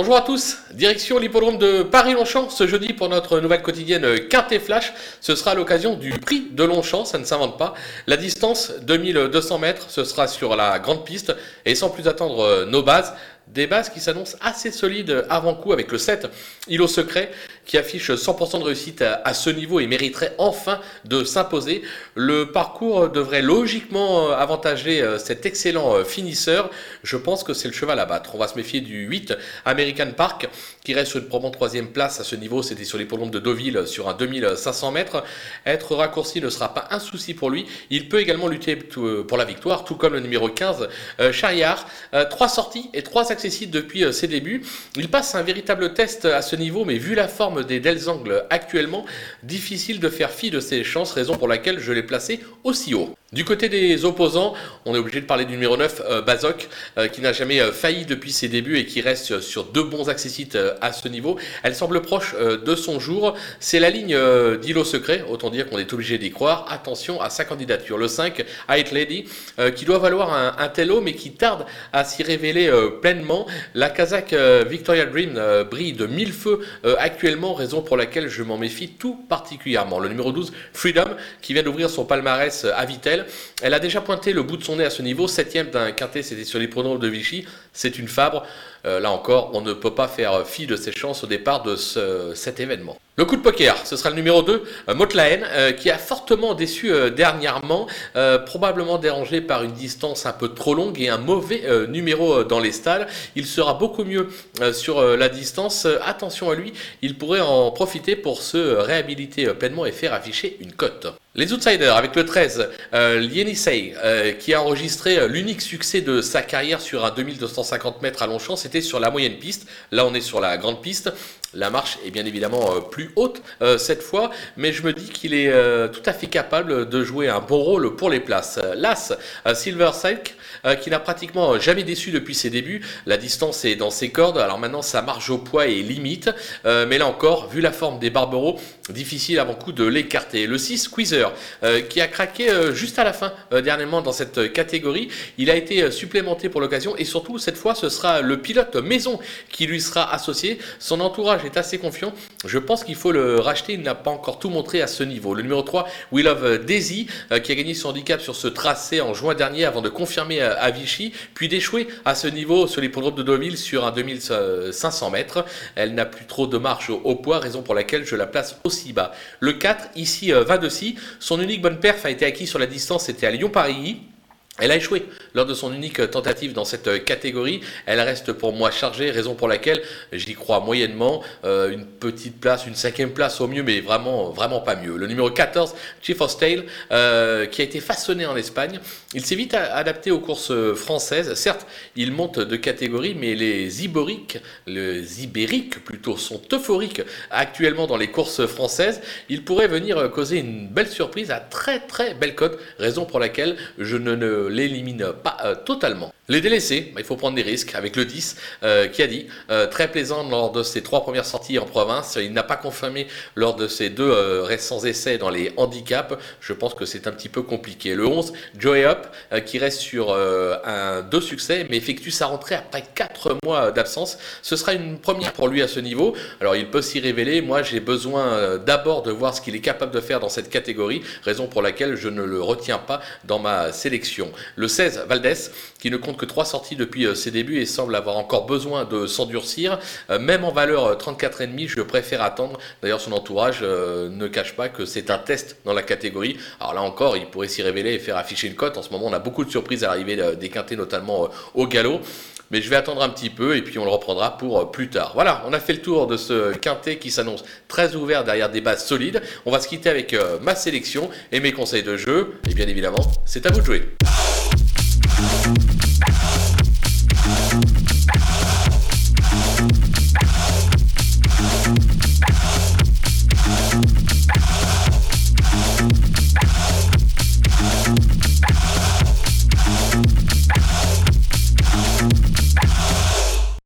Bonjour à tous, direction l'hippodrome de Paris-Longchamp ce jeudi pour notre nouvelle quotidienne Quintet Flash. Ce sera à l'occasion du prix de Longchamp, ça ne s'invente pas. La distance 2200 mètres, ce sera sur la grande piste et sans plus attendre nos bases. Des bases qui s'annoncent assez solides avant coup avec le 7, Îlot Secret, qui affiche 100% de réussite à ce niveau et mériterait enfin de s'imposer. Le parcours devrait logiquement avantager cet excellent finisseur. Je pense que c'est le cheval à battre. On va se méfier du 8, American Park, qui reste sur une probante 3e place à ce niveau. C'était sur l'hippodrome de Deauville sur un 2500 mètres. Être raccourci ne sera pas un souci pour lui. Il peut également lutter pour la victoire, tout comme le numéro 15, Chariard. 3 sorties et 3 accessibles depuis ses débuts. Il passe un véritable test à ce niveau, mais vu la forme des Delzangles actuellement, difficile de faire fi de ses chances, raison pour laquelle je l'ai placé aussi haut. Du côté des opposants, on est obligé de parler du numéro 9, Bazoc, qui n'a jamais failli depuis ses débuts et qui reste sur 2 bons accessites à ce niveau. Elle semble proche de son jour. C'est la ligne d'Îlot Secret, autant dire qu'on est obligé d'y croire. Attention à sa candidature. Le 5, High Lady, qui doit valoir un tel haut, mais qui tarde à s'y révéler pleinement. La Kazakh Victoria Dream brille de 1000 feux actuellement, raison pour laquelle je m'en méfie tout particulièrement. Le numéro 12, Freedom, qui vient d'ouvrir son palmarès à Vittel. Elle a déjà pointé le bout de son nez à ce niveau, 7e d'un quintet, c'était sur l'hippodrome de Vichy, c'est une Fabre. Là encore, on ne peut pas faire fi de ses chances au départ de cet événement. Le coup de poker, ce sera le numéro 2, Motlaen, qui a fortement déçu dernièrement, probablement dérangé par une distance un peu trop longue et un mauvais numéro dans les stalles. Il sera beaucoup mieux sur la distance. Attention à lui, il pourrait en profiter pour se réhabiliter pleinement et faire afficher une cote. Les outsiders avec le 13, Yenisei, qui a enregistré l'unique succès de sa carrière sur un 2250 mètres à Longchamp, c'était sur la moyenne piste. Là, on est sur la grande piste. La marche est bien évidemment plus haute cette fois, mais je me dis qu'il est tout à fait capable de jouer un bon rôle pour les places. L'As, Silver Silk, qui n'a pratiquement jamais déçu depuis ses débuts. La distance est dans ses cordes, alors maintenant sa marge au poids est limite, mais là encore, vu la forme des Barbereaux, difficile avant coup de l'écarter. Le 6, Squeezer, qui a craqué juste à la fin dernièrement dans cette catégorie. Il a été supplémenté pour l'occasion et surtout cette fois ce sera le pilote maison qui lui sera associé. Son entourage est assez confiant. Je pense qu'il faut le racheter. Il n'a pas encore tout montré à ce niveau. Le numéro 3, We Love Daisy, qui a gagné son handicap sur ce tracé en juin dernier avant de confirmer à Vichy, puis d'échouer à ce niveau sur l'hippodrome de Deauville sur un 2500 mètres. Elle n'a plus trop de marge au poids, raison pour laquelle je la place aussi bas. Le 4, ici Vadeci, son unique bonne perf a été acquis sur la distance, c'était à Lyon-Paris. Elle a échoué lors de son unique tentative dans cette catégorie. Elle reste pour moi chargée, raison pour laquelle j'y crois moyennement. Une petite place, une 5e place au mieux, mais vraiment pas mieux. Le numéro 14, Chief of Stale, qui a été façonné en Espagne. Il s'est vite adapté aux courses françaises. Certes, il monte de catégorie, mais les ibériques plutôt, sont euphoriques actuellement dans les courses françaises. Il pourrait venir causer une belle surprise à très belle cote, raison pour laquelle je ne l'élimine pas totalement. Les délaissés, il faut prendre des risques avec le 10 qui a dit très plaisant lors de ses 3 premières sorties en province. Il n'a pas confirmé lors de ses 2 récents essais dans les handicaps. Je pense que c'est un petit peu compliqué. Le 11, Joey Up, qui reste sur 2 succès mais effectue sa rentrée après 4 mois d'absence. Ce sera une première pour lui à ce niveau. Alors il peut s'y révéler. Moi j'ai besoin d'abord de voir ce qu'il est capable de faire dans cette catégorie, raison pour laquelle je ne le retiens pas dans ma sélection. Le 16, Valdez, qui ne compte que 3 sorties depuis ses débuts et semble avoir encore besoin de s'endurcir. Même en valeur 34,5, je préfère attendre. D'ailleurs, son entourage ne cache pas que c'est un test dans la catégorie. Alors là encore, il pourrait s'y révéler et faire afficher une cote. En ce moment, on a beaucoup de surprises à l'arrivée des quintés, notamment au galop. Mais je vais attendre un petit peu et puis on le reprendra pour plus tard. Voilà, on a fait le tour de ce quintet qui s'annonce très ouvert derrière des bases solides. On va se quitter avec ma sélection et mes conseils de jeu. Et bien évidemment, c'est à vous de jouer.